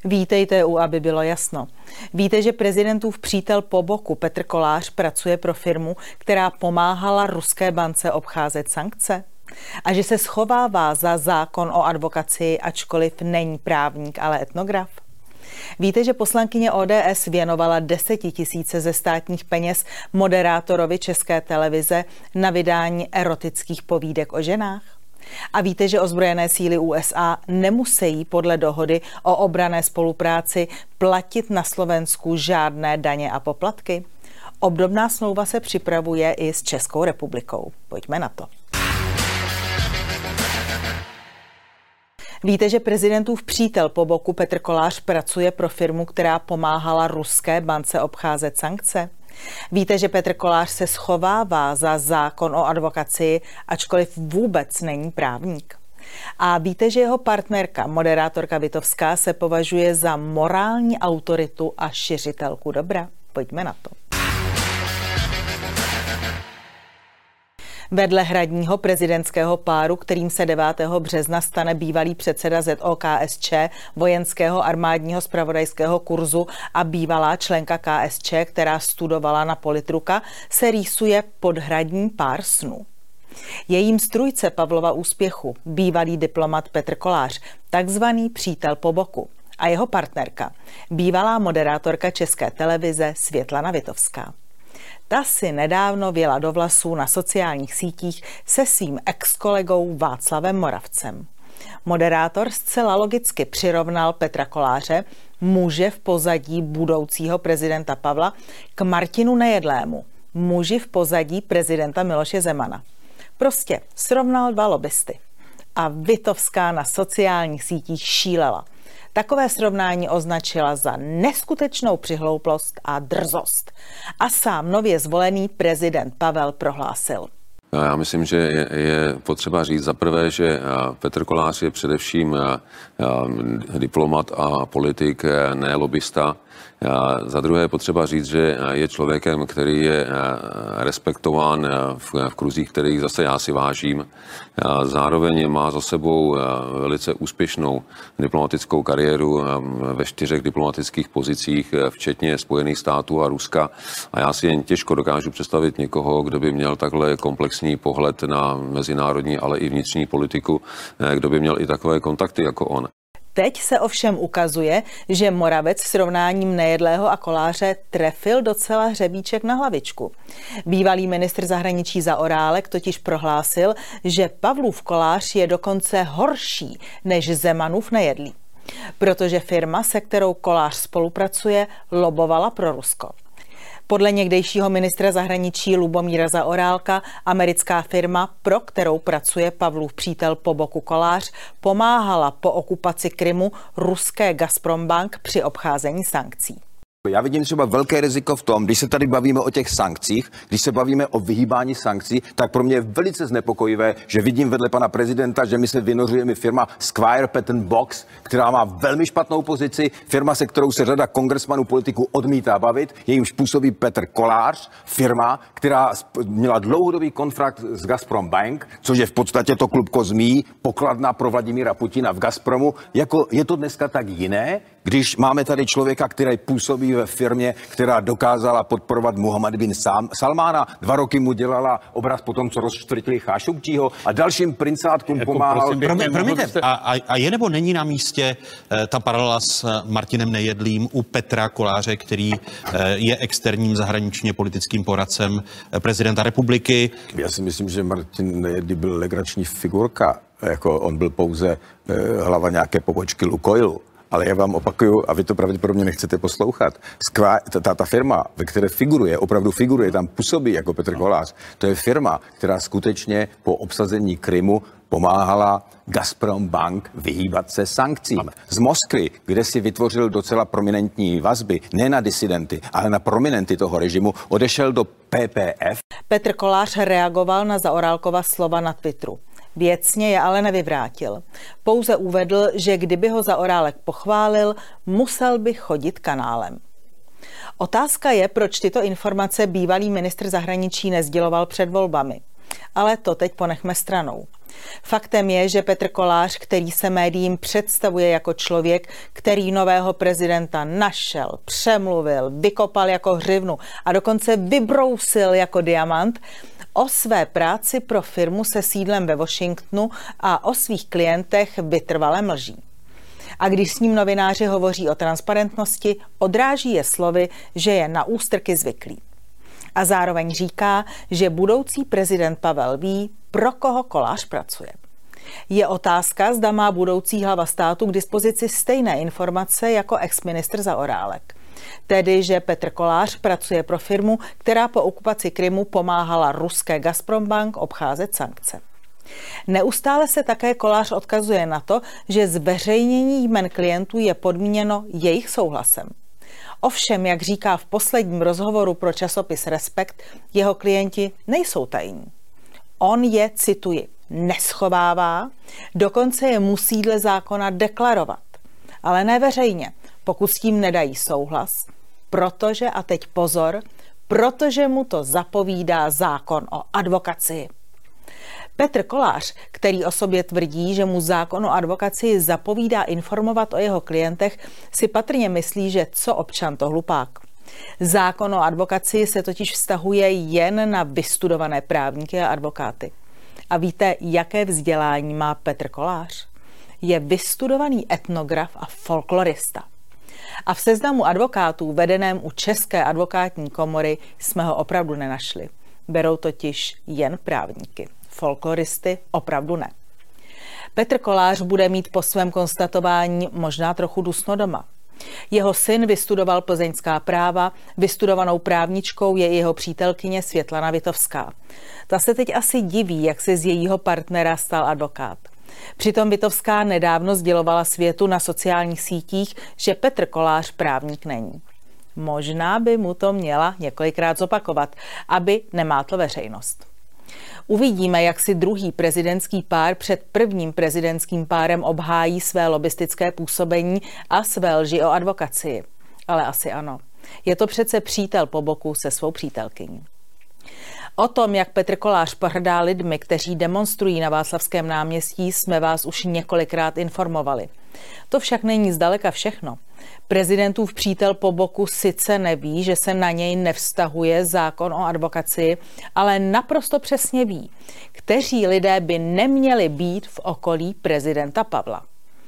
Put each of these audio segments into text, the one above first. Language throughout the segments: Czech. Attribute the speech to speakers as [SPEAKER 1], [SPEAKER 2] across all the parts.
[SPEAKER 1] Vítejte aby bylo jasno. Víte, že prezidentův přítel po boku Petr Kolář pracuje pro firmu, která pomáhala ruské bance obcházet sankce? A že se schovává za zákon o advokacii, ačkoliv není právník, ale etnograf? Víte, že poslankyně ODS věnovala 10 000 ze státních peněz moderátorovi České televize na vydání erotických povídek o ženách? A víte, že ozbrojené síly USA nemusí podle dohody o obranné spolupráci platit na Slovensku žádné daně a poplatky? Obdobná smlouva se připravuje i s Českou republikou. Pojďme na to. Víte, že prezidentův přítel po boku Petr Kolář pracuje pro firmu, která pomáhala ruské bance obcházet sankce? Víte, že Petr Kolář se schovává za zákon o advokacii, ačkoliv vůbec není právník? A víte, že jeho partnerka, moderátorka Witowská, se považuje za morální autoritu a šiřitelku dobra? Pojďme na to. Vedle hradního prezidentského páru, kterým se 9. března stane bývalý předseda ZOKSČ, vojenského armádního zpravodajského kurzu a bývalá členka KSČ, která studovala na politruka, se rýsuje podhradní pár snů. Jejím strůjce Pavlova úspěchu, bývalý diplomat Petr Kolář, takzvaný přítel po boku, a jeho partnerka, bývalá moderátorka České televize Světlana Witowská. Ta si nedávno vjela do vlasů na sociálních sítích se svým ex-kolegou Václavem Moravcem. Moderátor zcela logicky přirovnal Petra Koláře, muže v pozadí budoucího prezidenta Pavla, k Martinu Nejedlému, muži v pozadí prezidenta Miloše Zemana. Prostě srovnal dva lobbysty. A Witowská na sociálních sítích šílela. Takové srovnání označila za neskutečnou přihlouplost a drzost. A sám nově zvolený prezident Pavel prohlásil.
[SPEAKER 2] Já myslím, že je potřeba říct za prvé, že Petr Kolář je především diplomat a politik, ne lobista. Za druhé je potřeba říct, že je člověkem, který je respektován v kruzích, kterých zase já si vážím. Zároveň má za sebou velice úspěšnou diplomatickou kariéru ve 4 diplomatických pozicích, včetně Spojených států a Ruska. A já si jen těžko dokážu představit někoho, kdo by měl takhle komplexní pohled na mezinárodní, ale i vnitřní politiku, kdo by měl i takové kontakty jako on.
[SPEAKER 1] Teď se ovšem ukazuje, že Moravec srovnáním Nejedlého a Koláře trefil docela hřebíček na hlavičku. Bývalý ministr zahraničí Zaorálek totiž prohlásil, že Pavlův Kolář je dokonce horší než Zemanův Nejedlý, protože firma, se kterou Kolář spolupracuje, lobovala pro Rusko. Podle někdejšího ministra zahraničí Lubomíra Zaorálka americká firma, pro kterou pracuje Pavlův přítel po boku Kolář, pomáhala po okupaci Krymu ruské Gazprombank při obcházení sankcí.
[SPEAKER 3] Já vidím třeba velké riziko v tom, když se tady bavíme o těch sankcích, když se bavíme o vyhýbání sankcí, tak pro mě je velice znepokojivé, že vidím vedle pana prezidenta, že my se vynořujeme firma Squire Patent Box, která má velmi špatnou pozici, firma, se kterou se řada kongresmanů politiků odmítá bavit, jejímž působí Petr Kolář, firma, která měla dlouhodobý kontrakt s Gazprombank, což je v podstatě to klubko zmí, pokladna pro Vladimíra Putina v Gazpromu. Jako je to dneska tak jiné, když máme tady člověka, který působí ve firmě, která dokázala podporovat Muhammad bin Salmána. 2 roky mu dělala obraz po tom, co rozštvrtili Chášovčího a dalším princátkům pomáhal.
[SPEAKER 4] Promiňte, a je nebo není na místě ta paralela s Martinem Nejedlým u Petra Koláře, který je externím zahraničně politickým poradcem prezidenta republiky?
[SPEAKER 3] Já si myslím, že Martin Nejedlý byl legrační figurka. Jako on byl pouze hlava nějaké pobočky Lukoilu. Ale já vám opakuju, a vy to pravděpodobně nechcete poslouchat, ta firma, ve které opravdu figuruje, tam působí jako Petr Kolář, to je firma, která skutečně po obsazení Krymu pomáhala Gazprombank vyhýbat se sankcím. Z Moskvy, kde si vytvořil docela prominentní vazby, ne na disidenty, ale na prominenty toho režimu, odešel do PPF.
[SPEAKER 1] Petr Kolář reagoval na Zaorálkova slova na Twitteru. Věcně je ale nevyvrátil. Pouze uvedl, že kdyby ho Zaorálek pochválil, musel by chodit kanálem. Otázka je, proč tyto informace bývalý ministr zahraničí nesděloval před volbami. Ale to teď ponechme stranou. Faktem je, že Petr Kolář, který se médiím představuje jako člověk, který nového prezidenta našel, přemluvil, vykopal jako hřivnu a dokonce vybrousil jako diamant, o své práci pro firmu se sídlem ve Washingtonu a o svých klientech vytrvale mlží. A když s ním novináři hovoří o transparentnosti, odráží je slovy, že je na ústrky zvyklý. A zároveň říká, že budoucí prezident Pavel ví, pro koho Kolář pracuje. Je otázka, zda má budoucí hlava státu k dispozici stejné informace jako exministr Zaorálek. Tedy, že Petr Kolář pracuje pro firmu, která po okupaci Krymu pomáhala ruské Gazprombank obcházet sankce. Neustále se také Kolář odkazuje na to, že zveřejnění jmen klientů je podmíněno jejich souhlasem. Ovšem, jak říká v posledním rozhovoru pro časopis Respekt, jeho klienti nejsou tajní. On je, cituji, neschovává, dokonce je musí dle zákona deklarovat, ale ne veřejně, pokud s tím nedají souhlas, protože, a teď pozor, protože mu to zapovídá zákon o advokacii. Petr Kolář, který o sobě tvrdí, že mu zákon o advokacii zapovídá informovat o jeho klientech, si patrně myslí, že co občan, to hlupák. Zákon o advokacii se totiž vztahuje jen na vystudované právníky a advokáty. A víte, jaké vzdělání má Petr Kolář? Je vystudovaný etnograf a folklorista. A v seznamu advokátů vedeném u České advokátní komory jsme ho opravdu nenašli. Berou totiž jen právníky. Folkloristy opravdu ne. Petr Kolář bude mít po svém konstatování možná trochu dusno doma. Jeho syn vystudoval plzeňská práva, vystudovanou právničkou je jeho přítelkyně Světlana Vitovská. Ta se teď asi diví, jak se z jejího partnera stal advokát. Přitom Vitovská nedávno sdělovala světu na sociálních sítích, že Petr Kolář právník není. Možná by mu to měla několikrát zopakovat, aby nemátl veřejnost. Uvidíme, jak si druhý prezidentský pár před prvním prezidentským párem obhájí své lobistické působení a své lži o advokacii. Ale asi ano. Je to přece přítel po boku se svou přítelkyní. O tom, jak Petr Kolář pohrdá lidmi, kteří demonstrují na Václavském náměstí, jsme vás už několikrát informovali. To však není zdaleka všechno. Prezidentův přítel po boku sice neví, že se na něj nevztahuje zákon o advokacii, ale naprosto přesně ví, kteří lidé by neměli být v okolí prezidenta Pavla.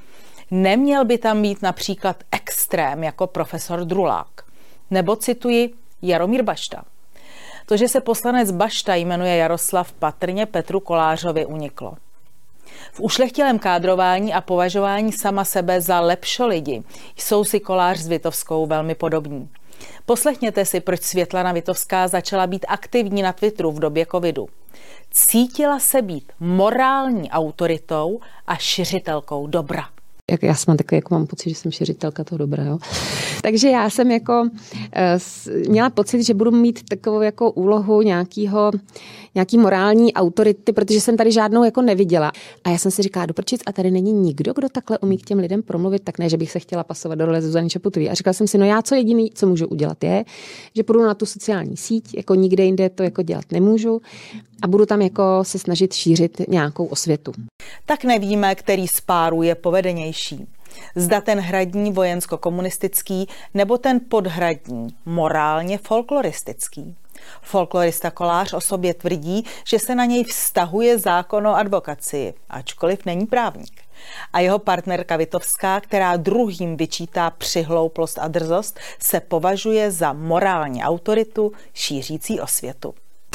[SPEAKER 1] Neměl by tam být například extrém jako profesor Drulák. Nebo cituji Jaromír Bašta. To, že se poslanec Bašta jmenuje Jaroslav, patrně Petru Kolářovi uniklo. V ušlechtilém kádrování a považování sama sebe za lepšolidi jsou si Kolář s Vitovskou velmi podobní. Poslechněte si, proč Světlana Vitovská začala být aktivní na Twitteru v době covidu. Cítila se být morální autoritou a šiřitelkou dobra.
[SPEAKER 5] Já jsem takový, jako mám pocit, že jsem šiřitelka toho dobra, jo. Takže já jsem jako měla pocit, že budu mít takovou jako úlohu nějaký morální autority, protože jsem tady žádnou jako neviděla. A já jsem si říkala, doprčic, a tady není nikdo, kdo takhle umí k těm lidem promluvit, tak ne, že bych se chtěla pasovat do role Zuzany Čaputový. A říkala jsem si, no já co jediný, co můžu udělat je, že půjdu na tu sociální síť, jako nikde jinde to jako dělat nemůžu a budu tam jako se snažit šířit nějakou osvětu.
[SPEAKER 1] Tak nevíme, který z párů je povedenější. Zda ten hradní vojensko-komunistický nebo ten podhradní morálně folkloristický. Folklorista Kolář o sobě tvrdí, že se na něj vztahuje zákon o advokacii, ačkoliv není právník. A jeho partnerka Vitovská, která druhým vyčítá přihlouplost a drzost, se považuje za morální autoritu šířící osvětu.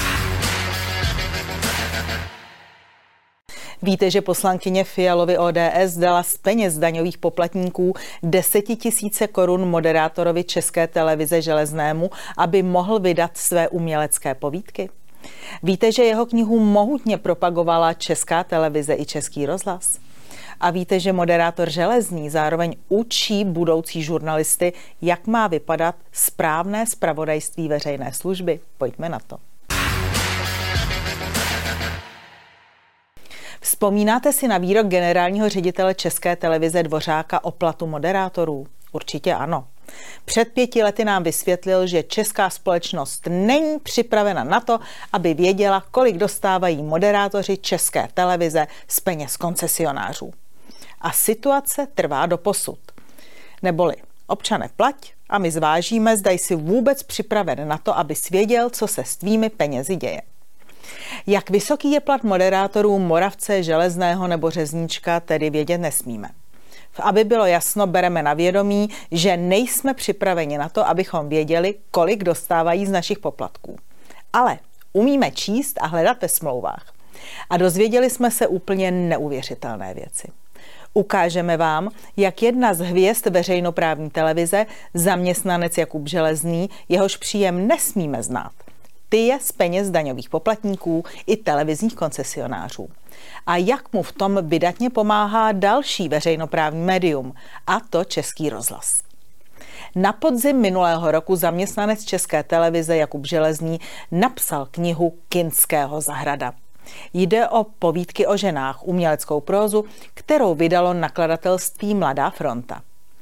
[SPEAKER 1] Víte, že poslankyně Fialovy ODS dala z peněz daňových poplatníků 10 000 korun moderátorovi České televize Železnému, aby mohl vydat své umělecké povídky? Víte, že jeho knihu mohutně propagovala Česká televize i Český rozhlas? A víte, že moderátor Železný zároveň učí budoucí žurnalisty, jak má vypadat správné zpravodajství veřejné služby? Pojďme na to. Vzpomínáte si na výrok generálního ředitele České televize Dvořáka o platu moderátorů? Určitě ano. Před 5 lety nám vysvětlil, že česká společnost není připravena na to, aby věděla, kolik dostávají moderátoři České televize z peněz koncesionářů. A situace trvá doposud. Neboli občane plať a my zvážíme, zda jsi vůbec připraven na to, aby věděl, co se s tvými penězi děje. Jak vysoký je plat moderátorů Moravce, Železného nebo Řezníčka, tedy vědět nesmíme. Aby bylo jasno, bereme na vědomí, že nejsme připraveni na to, abychom věděli, kolik dostávají z našich poplatků. Ale umíme číst a hledat ve smlouvách. A dozvěděli jsme se úplně neuvěřitelné věci. Ukážeme vám, jak jedna z hvězd veřejnoprávní televize, zaměstnanec Jakub Železný, jehož příjem nesmíme znát, tyje z peněz daňových poplatníků i televizních koncesionářů. A jak mu v tom vydatně pomáhá další veřejnoprávní médium, a to Český rozhlas. Na podzim minulého roku zaměstnanec České televize Jakub Železný napsal knihu Kinského zahrada. Jde o povídky o ženách, uměleckou prózu, kterou vydalo nakladatelství Mladá fronta.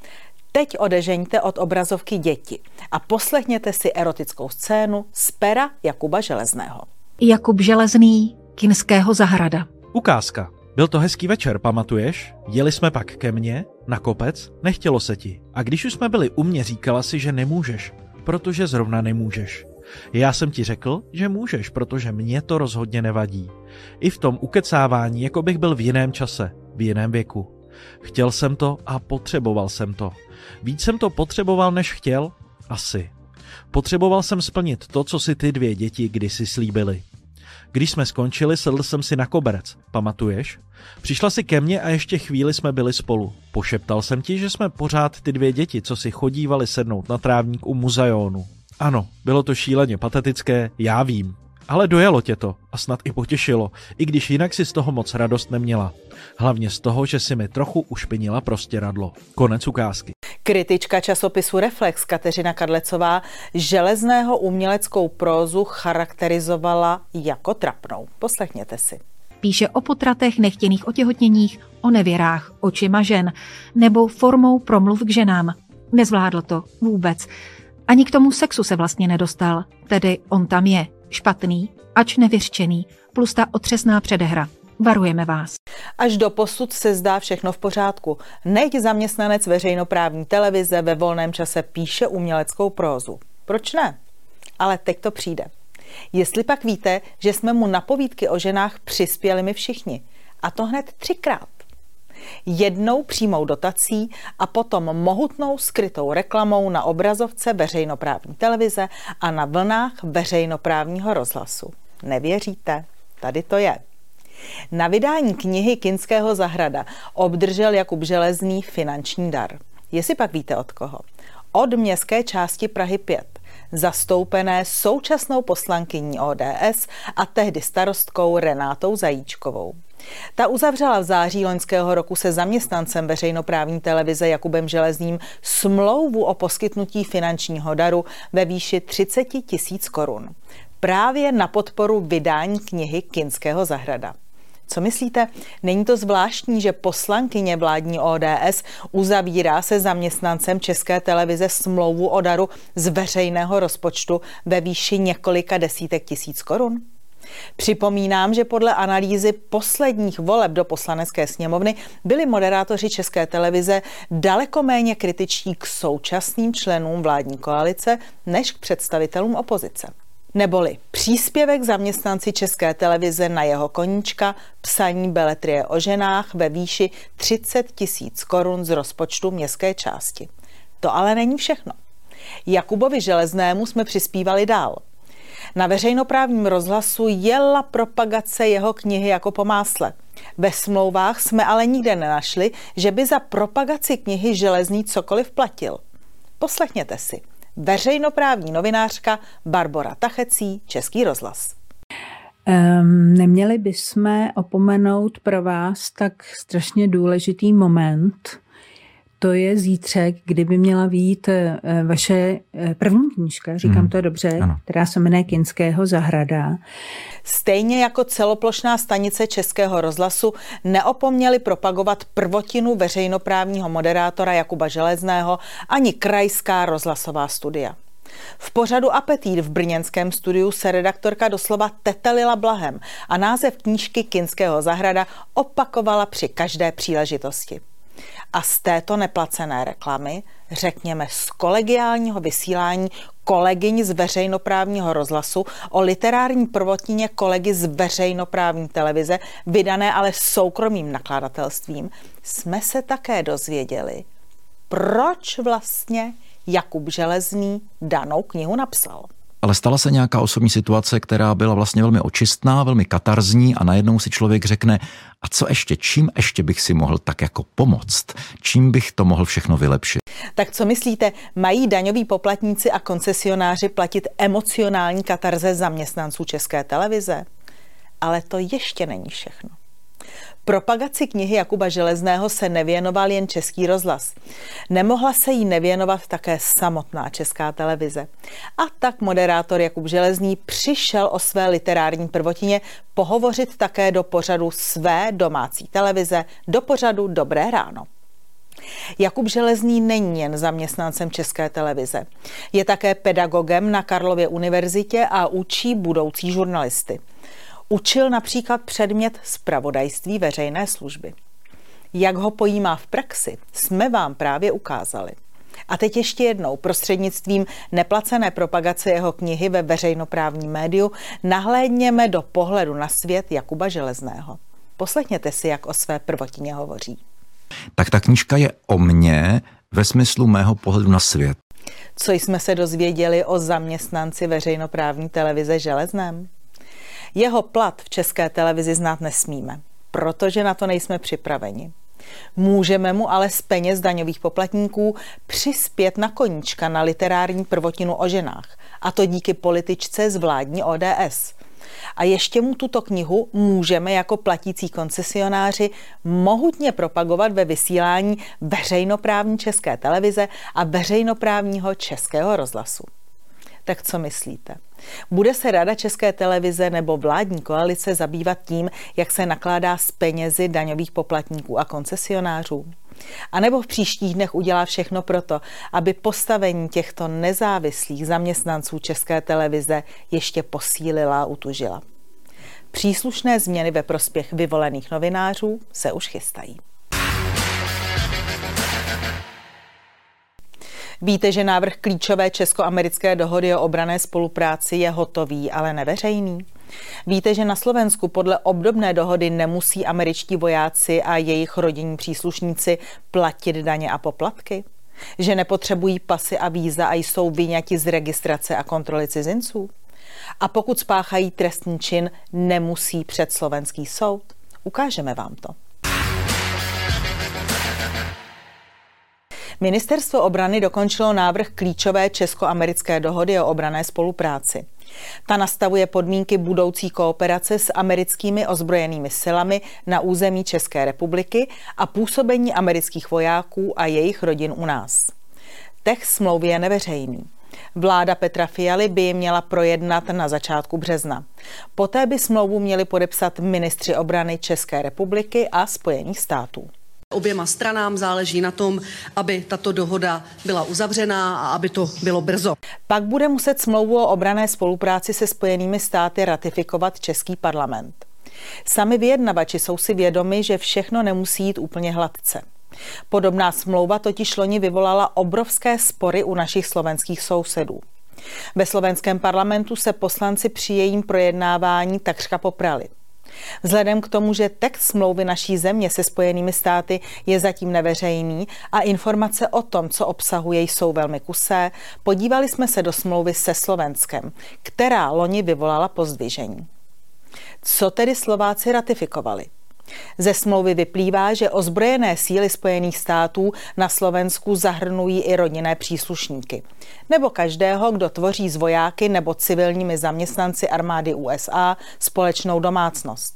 [SPEAKER 1] Teď odežeňte od obrazovky děti a poslechněte si erotickou scénu z pera Jakuba Železného.
[SPEAKER 6] Jakub Železný, Kinského zahrada.
[SPEAKER 7] Ukázka. Byl to hezký večer, pamatuješ? Jeli jsme pak ke mně, na kopec, nechtělo se ti. A když už jsme byli u mě, říkala si, že nemůžeš, protože zrovna nemůžeš. Já jsem ti řekl, že můžeš, protože mě to rozhodně nevadí. I v tom ukecávání, jako bych byl v jiném čase, v jiném věku. Chtěl jsem to a potřeboval jsem to. Víc jsem to potřeboval, než chtěl? Asi. Potřeboval jsem splnit to, co si ty 2 děti kdysi slíbily. Když jsme skončili, sedl jsem si na koberec. Pamatuješ? Přišla si ke mně a ještě chvíli jsme byli spolu. Pošeptal jsem ti, že jsme pořád ty 2 děti, co si chodívali sednout na trávník u muzajonu. Ano, bylo to šíleně patetické, já vím. Ale dojalo tě to a snad i potěšilo, i když jinak si z toho moc radost neměla. Hlavně z toho, že si mi trochu ušpinila prostěradlo. Konec ukázky.
[SPEAKER 1] Kritička časopisu Reflex Kateřina Kadlecová Železného uměleckou prózu charakterizovala jako trapnou. Poslechněte si.
[SPEAKER 6] Píše o potratech, nechtěných otěhotněních, o nevěrách očima žen nebo formou promluv k ženám. Nezvládl to vůbec. Ani k tomu sexu se vlastně nedostal, tedy on tam je, špatný, ač nevyřčený, plus ta otřesná předehra. Varujeme vás.
[SPEAKER 1] Až doposud se zdá všechno v pořádku. Nechť zaměstnanec veřejnoprávní televize ve volném čase píše uměleckou prózu. Proč ne? Ale teď to přijde. Jestli pak víte, že jsme mu na povídky o ženách přispěli my všichni. A to hned 3krát. Jednou přímou dotací a potom mohutnou skrytou reklamou na obrazovce veřejnoprávní televize a na vlnách veřejnoprávního rozhlasu. Nevěříte? Tady to je. Na vydání knihy Kinského zahrada obdržel Jakub Železný finanční dar. Jestli pak víte od koho? Od městské části Prahy 5, zastoupené současnou poslankyní ODS a tehdy starostkou Renátou Zajíčkovou. Ta uzavřela v září loňského roku se zaměstnancem veřejnoprávní televize Jakubem Železným smlouvu o poskytnutí finančního daru ve výši 30 000 korun. Právě na podporu vydání knihy Kinského zahrada. Co myslíte? Není to zvláštní, že poslankyně vládní ODS uzavírá se zaměstnancem České televize smlouvu o daru z veřejného rozpočtu ve výši několika desítek tisíc korun? Připomínám, že podle analýzy posledních voleb do Poslanecké sněmovny byli moderátoři České televize daleko méně kritičtí k současným členům vládní koalice než k představitelům opozice. Neboli příspěvek zaměstnanci České televize na jeho koníčka, psaní beletrie o ženách ve výši 30 000 korun z rozpočtu městské části. To ale není všechno. Jakubovi Železnému jsme přispívali dál. Na veřejnoprávním rozhlasu jela propagace jeho knihy jako po másle. Ve smlouvách jsme ale nikde nenašli, že by za propagaci knihy Železný cokoliv platil. Poslechněte si. Veřejnoprávní novinářka Barbora Tachecí, Český rozhlas.
[SPEAKER 8] Neměli bychom opomenout pro vás tak strašně důležitý moment. to je zítřek, kdyby měla vyjít vaše první knížka, říkám to dobře, ano, která se jmenuje Kinského zahrada.
[SPEAKER 1] Stejně jako celoplošná stanice Českého rozhlasu neopomněli propagovat prvotinu veřejnoprávního moderátora Jakuba Železného ani krajská rozhlasová studia. V pořadu Apetit v brněnském studiu se redaktorka doslova tetelila blahem a název knížky Kinského zahrada opakovala při každé příležitosti. A z této neplacené reklamy, řekněme z kolegiálního vysílání kolegyň z veřejnoprávního rozhlasu o literární prvotině kolegy z veřejnoprávní televize, vydané ale soukromým nakladatelstvím, jsme se také dozvěděli, proč vlastně Jakub Železný danou knihu napsal.
[SPEAKER 9] Ale stala se nějaká osobní situace, která byla vlastně velmi očistná, velmi katarzní a najednou si člověk řekne, a co ještě, čím ještě bych si mohl tak jako pomoct, čím bych to mohl všechno vylepšit.
[SPEAKER 1] Tak co myslíte, mají daňoví poplatníci a koncesionáři platit emocionální katarze zaměstnanců České televize? Ale to ještě není všechno. Propagaci knihy Jakuba Železného se nevěnoval jen Český rozhlas. Nemohla se jí nevěnovat také samotná Česká televize. A tak moderátor Jakub Železný přišel o své literární prvotině pohovořit také do pořadu své domácí televize, do pořadu Dobré ráno. Jakub Železný není jen zaměstnancem České televize. Je také pedagogem na Karlově univerzitě a učí budoucí žurnalisty. Učil například předmět zpravodajství veřejné služby. Jak ho pojímá v praxi, jsme vám právě ukázali. A teď ještě jednou prostřednictvím neplacené propagace jeho knihy ve veřejnoprávním médiu nahlédněme do pohledu na svět Jakuba Železného. Poslechněte si, jak o své prvotině hovoří.
[SPEAKER 9] Tak ta knížka je o mně ve smyslu mého pohledu na svět.
[SPEAKER 1] Co jsme se dozvěděli o zaměstnanci veřejnoprávní televize Železném? Jeho plat v České televizi znát nesmíme, protože na to nejsme připraveni. Můžeme mu ale z peněz daňových poplatníků přispět na koníčka na literární prvotinu o ženách, a to díky političce z vládní ODS. A ještě mu tuto knihu můžeme jako platící koncesionáři mohutně propagovat ve vysílání veřejnoprávní České televize a veřejnoprávního Českého rozhlasu. Tak co myslíte? Bude se Rada České televize nebo vládní koalice zabývat tím, jak se nakládá s penězi daňových poplatníků a koncesionářů? A nebo v příštích dnech udělá všechno proto, aby postavení těchto nezávislých zaměstnanců České televize ještě posílila a utužila? Příslušné změny ve prospěch vyvolených novinářů se už chystají. Víte, že návrh klíčové česko-americké dohody o obranné spolupráci je hotový, ale neveřejný? Víte, že na Slovensku podle obdobné dohody nemusí američtí vojáci a jejich rodinní příslušníci platit daně a poplatky? Že nepotřebují pasy a víza a jsou vyňati z registrace a kontroly cizinců? A pokud spáchají trestný čin, nemusí před slovenský soud? Ukážeme vám to. Ministerstvo obrany dokončilo návrh klíčové česko-americké dohody o obranné spolupráci. Ta nastavuje podmínky budoucí kooperace s americkými ozbrojenými silami na území České republiky a působení amerických vojáků a jejich rodin u nás. Text smlouvy je neveřejný. Vláda Petra Fialy by ji měla projednat na začátku března. Poté by smlouvu měli podepsat ministři obrany České republiky a Spojených států.
[SPEAKER 10] Oběma stranám záleží na tom, aby tato dohoda byla uzavřená a aby to bylo brzo.
[SPEAKER 1] Pak bude muset smlouvu o obranné spolupráci se Spojenými státy ratifikovat český parlament. Sami vyjednavači jsou si vědomi, že všechno nemusí jít úplně hladce. Podobná smlouva totiž loni vyvolala obrovské spory u našich slovenských sousedů. Ve slovenském parlamentu se poslanci při jejím projednávání takřka poprali. Vzhledem k tomu, že text smlouvy naší země se Spojenými státy je zatím neveřejný a informace o tom, co obsahuje, jsou velmi kusé, podívali jsme se do smlouvy se Slovenskem, která loni vyvolala pozdvižení. Co tedy Slováci ratifikovali? Ze smlouvy vyplývá, že ozbrojené síly Spojených států na Slovensku zahrnují i rodinné příslušníky, nebo každého, kdo tvoří s vojáky nebo civilními zaměstnanci armády USA společnou domácnost.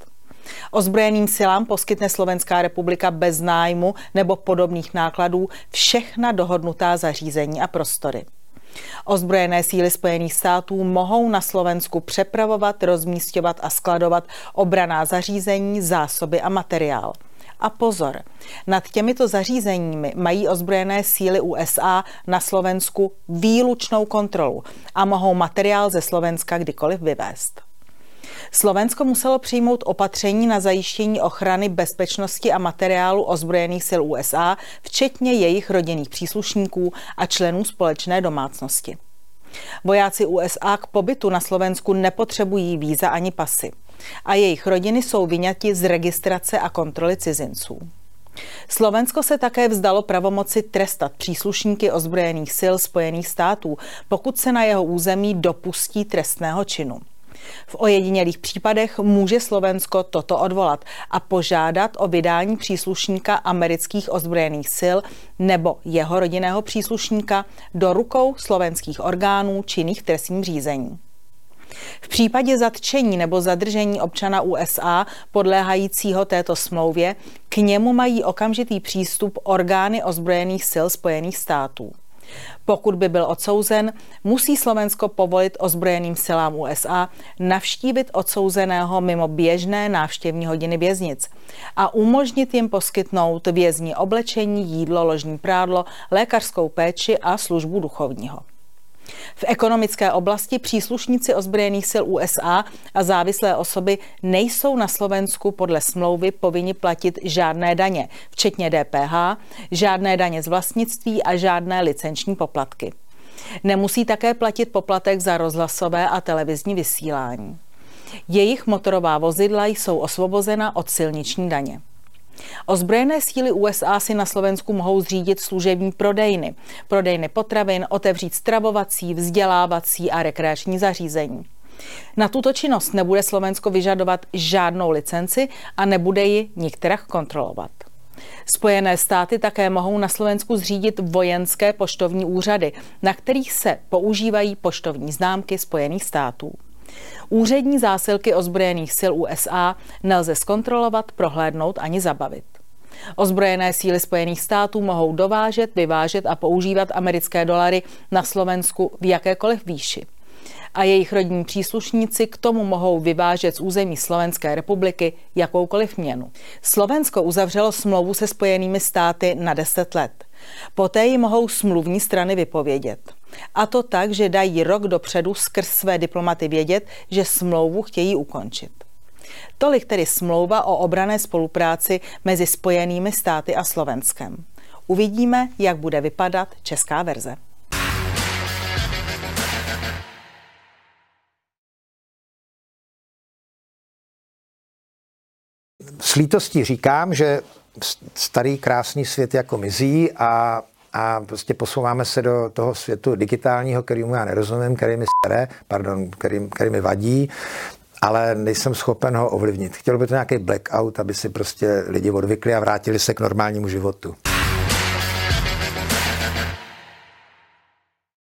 [SPEAKER 1] Ozbrojeným silám poskytne Slovenská republika bez nájmu nebo podobných nákladů všechna dohodnutá zařízení a prostory. Ozbrojené síly Spojených států mohou na Slovensku přepravovat, rozmísťovat a skladovat obranná zařízení, zásoby a materiál. A pozor, nad těmito zařízeními mají ozbrojené síly USA na Slovensku výlučnou kontrolu a mohou materiál ze Slovenska kdykoliv vyvést. Slovensko muselo přijmout opatření na zajištění ochrany bezpečnosti a materiálu ozbrojených sil USA, včetně jejich rodinných příslušníků a členů společné domácnosti. Vojáci USA k pobytu na Slovensku nepotřebují víza ani pasy a jejich rodiny jsou vyňati z registrace a kontroly cizinců. Slovensko se také vzdalo pravomoci trestat příslušníky ozbrojených sil Spojených států, pokud se na jeho území dopustí trestného činu. V ojedinělých případech může Slovensko toto odvolat a požádat o vydání příslušníka amerických ozbrojených sil nebo jeho rodinného příslušníka do rukou slovenských orgánů činných v trestním řízení. V případě zatčení nebo zadržení občana USA podléhajícího této smlouvě k němu mají okamžitý přístup orgány ozbrojených sil Spojených států. Pokud by byl odsouzen, musí Slovensko povolit ozbrojeným silám USA navštívit odsouzeného mimo běžné návštěvní hodiny věznic a umožnit jim poskytnout vězni oblečení, jídlo, ložní prádlo, lékařskou péči a službu duchovního. V ekonomické oblasti příslušníci ozbrojených sil USA a závislé osoby nejsou na Slovensku podle smlouvy povinni platit žádné daně, včetně DPH, žádné daně z vlastnictví a žádné licenční poplatky. Nemusí také platit poplatek za rozhlasové a televizní vysílání. Jejich motorová vozidla jsou osvobozena od silniční daně. Ozbrojené síly USA si na Slovensku mohou zřídit služební prodejny potravin, otevřít stravovací, vzdělávací a rekreační zařízení. Na tuto činnost nebude Slovensko vyžadovat žádnou licenci a nebude ji nikterak kontrolovat. Spojené státy také mohou na Slovensku zřídit vojenské poštovní úřady, na kterých se používají poštovní známky Spojených států. Úřední zásilky ozbrojených sil USA nelze zkontrolovat, prohlédnout ani zabavit. Ozbrojené síly Spojených států mohou dovážet, vyvážet a používat americké dolary na Slovensku v jakékoliv výši. A jejich rodinní příslušníci k tomu mohou vyvážet z území Slovenské republiky jakoukoliv měnu. Slovensko uzavřelo smlouvu se Spojenými státy na 10 let. Poté ji mohou smluvní strany vypovědět. A to tak, že dají rok dopředu skrz své diplomaty vědět, že smlouvu chtějí ukončit. Tolik tedy smlouva o obranné spolupráci mezi Spojenými státy a Slovenskem. Uvidíme, jak bude vypadat česká verze.
[SPEAKER 11] S lítostí říkám, že starý krásný svět jako mizí a prostě posouváme se do toho světu digitálního, kterýmu já nerozumím, který mi vadí, ale nejsem schopen ho ovlivnit. Chtěl by to nějaký blackout, aby si prostě lidi odvykli a vrátili se k normálnímu životu.